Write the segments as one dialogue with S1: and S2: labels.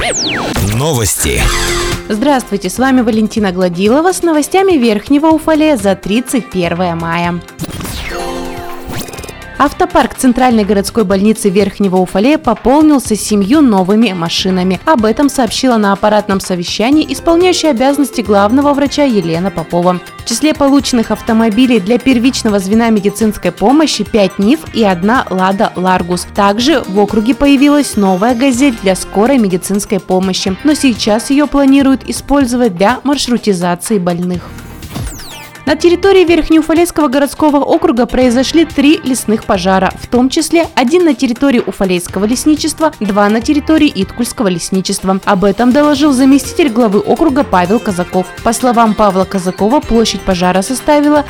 S1: Новости.
S2: Здравствуйте, с вами Валентина Гладилова с новостями Верхнего Уфалея за 31 мая. Автопарк Центральной городской больницы Верхнего Уфалея пополнился 7 новыми машинами. Об этом сообщила на аппаратном совещании исполняющая обязанности главного врача Елена Попова. В числе полученных автомобилей для первичного звена медицинской помощи 5 НИФ и 1 Лада Ларгус. Также в округе появилась новая «Газель» для скорой медицинской помощи, но сейчас ее планируют использовать для маршрутизации больных. На территории Верхнеуфалейского городского округа произошли 3 лесных пожара, в том числе 1 на территории Уфалейского лесничества, 2 на территории Иткульского лесничества. Об этом доложил заместитель главы округа Павел Казаков. По словам Павла Казакова, площадь пожара составила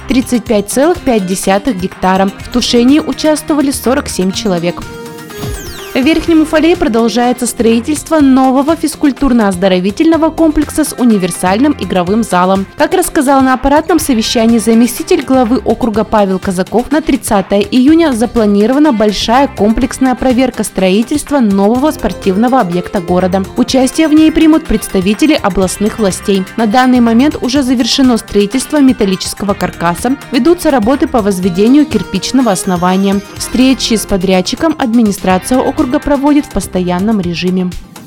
S2: 35,5 гектара. В тушении участвовали 47 человек. В Верхнем Уфалее продолжается строительство нового физкультурно-оздоровительного комплекса с универсальным игровым залом. Как рассказал на аппаратном совещании заместитель главы округа Павел Казаков, на 30 июня запланирована большая комплексная проверка строительства нового спортивного объекта города. Участие в ней примут представители областных властей. На данный момент уже завершено строительство металлического каркаса, ведутся работы по возведению кирпичного основания. Встречи с подрядчиком администрация округа проводит в постоянном режиме.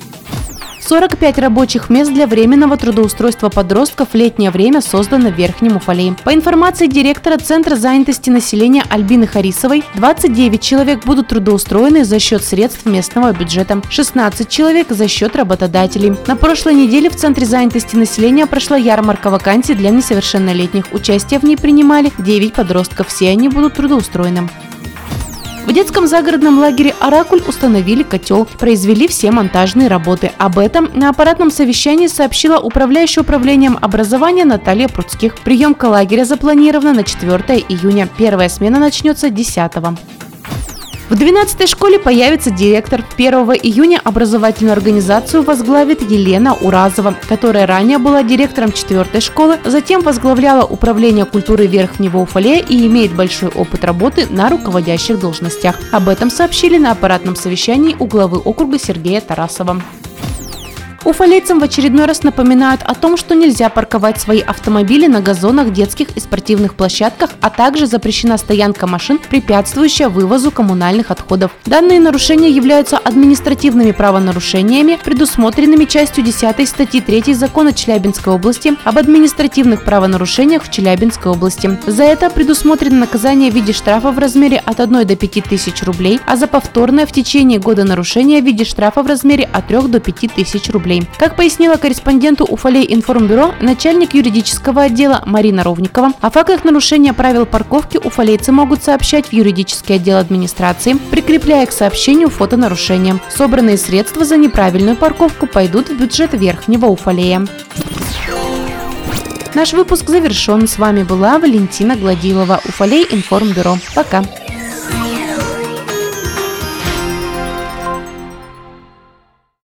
S2: 45 рабочих мест для временного трудоустройства подростков в летнее время создано в Верхнем Уфалее. По информации директора Центра занятости населения Альбины Харисовой, 29 человек будут трудоустроены за счет средств местного бюджета, 16 человек за счет работодателей. На прошлой неделе в Центре занятости населения прошла ярмарка вакансий для несовершеннолетних. Участие в ней принимали 9 подростков, все они будут трудоустроены. В детском загородном лагере «Оракуль» установили котел, произвели все монтажные работы. Об этом на аппаратном совещании сообщила управляющая управлением образования Наталья Пруцких. Приемка лагеря запланирована на 4 июня. Первая смена начнется 10-го. В 12-й школе появится директор. 1 июня образовательную организацию возглавит Елена Уразова, которая ранее была директором 4-й школы, затем возглавляла управление культуры Верхнего Уфалея и имеет большой опыт работы на руководящих должностях. Об этом сообщили на аппаратном совещании у главы округа Сергея Тарасова. Уфалейцам в очередной раз напоминают о том, что нельзя парковать свои автомобили на газонах, детских и спортивных площадках, а также запрещена стоянка машин, препятствующая вывозу коммунальных отходов. Данные нарушения являются административными правонарушениями, предусмотренными частью 10 статьи 3 Закона Челябинской области об административных правонарушениях в Челябинской области. За это предусмотрено наказание в виде штрафа в размере от 1 до 5 тысяч рублей, а за повторное в течение года нарушение в виде штрафа в размере от 3 до 5 тысяч рублей. Как пояснила корреспонденту Уфалей информбюро начальник юридического отдела Марина Ровникова, о фактах нарушения правил парковки уфалейцы могут сообщать в юридический отдел администрации, прикрепляя к сообщению фото нарушения. Собранные средства за неправильную парковку пойдут в бюджет Верхнего Уфалея. Наш выпуск завершен. С вами была Валентина Гладилова, Уфалей информбюро. Пока.